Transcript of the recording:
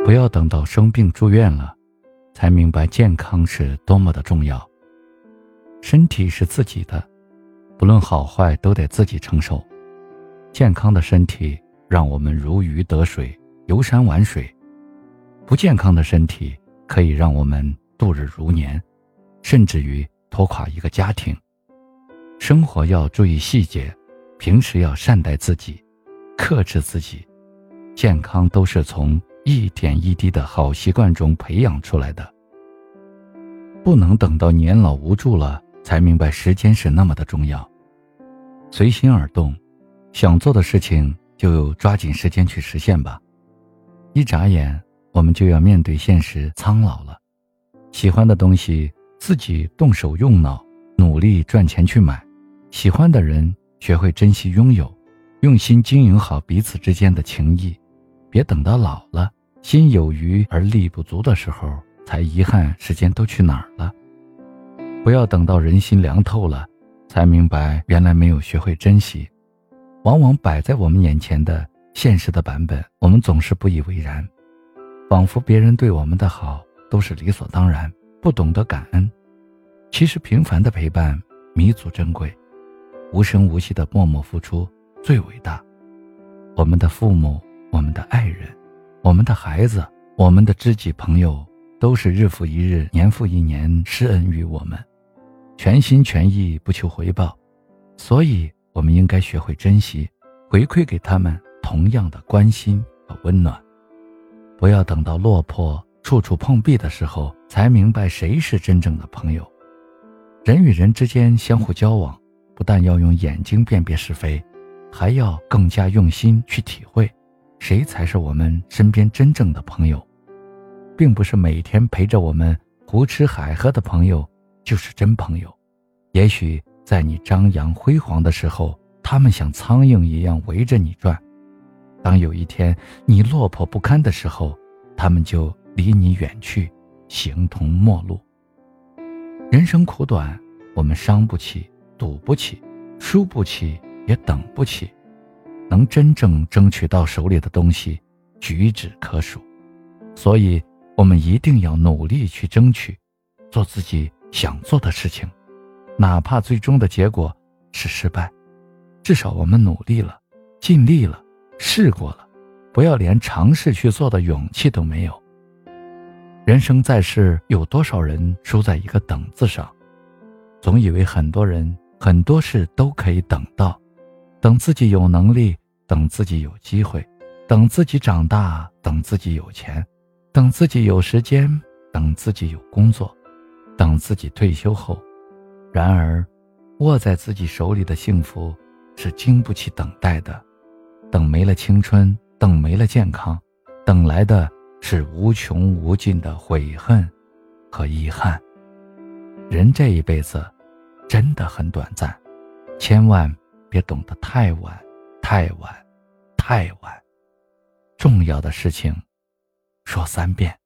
不要等到生病住院了，才明白健康是多么的重要。身体是自己的，不论好坏都得自己承受。健康的身体让我们如鱼得水，游山玩水；不健康的身体可以让我们度日如年，甚至于拖垮一个家庭。生活要注意细节，平时要善待自己，克制自己。健康都是从一点一滴的好习惯中培养出来的。不能等到年老无助了，才明白时间是那么的重要。随心而动，想做的事情就抓紧时间去实现吧。一眨眼，我们就要面对现实苍老了。喜欢的东西，自己动手用脑，努力赚钱去买。喜欢的人，学会珍惜拥有，用心经营好彼此之间的情谊。别等到老了，心有余而力不足的时候，才遗憾时间都去哪儿了。不要等到人心凉透了，才明白原来没有学会珍惜。往往摆在我们眼前的现实的版本，我们总是不以为然，仿佛别人对我们的好都是理所当然，不懂得感恩。其实平凡的陪伴弥足珍贵，无声无息的默默付出最伟大。我们的父母，我们的爱人，我们的孩子，我们的知己朋友，都是日复一日，年复一年施恩于我们，全心全意不求回报。所以我们应该学会珍惜，回馈给他们同样的关心和温暖。不要等到落魄处处碰壁的时候，才明白谁是真正的朋友。人与人之间相互交往，不但要用眼睛辨别是非，还要更加用心去体会谁才是我们身边真正的朋友。并不是每天陪着我们胡吃海喝的朋友就是真朋友。也许在你张扬辉煌的时候，他们像苍蝇一样围着你转；当有一天你落魄不堪的时候，他们就离你远去，形同陌路。人生苦短，我们伤不起，赌不起，输不起，也等不起。能真正争取到手里的东西，举止可数。所以我们一定要努力去争取，做自己想做的事情，哪怕最终的结果是失败，至少我们努力了，尽力了，试过了，不要连尝试去做的勇气都没有。人生在世，有多少人输在一个等字上？总以为很多人很多事都可以等到，等自己有能力，等自己有机会，等自己长大，等自己有钱，等自己有时间，等自己有工作，等自己退休后。然而握在自己手里的幸福是经不起等待的，等没了青春，等没了健康，等来的是无穷无尽的悔恨和遗憾。人这一辈子真的很短暂，千万别懂得太晚太晚太晚。重要的事情说3遍。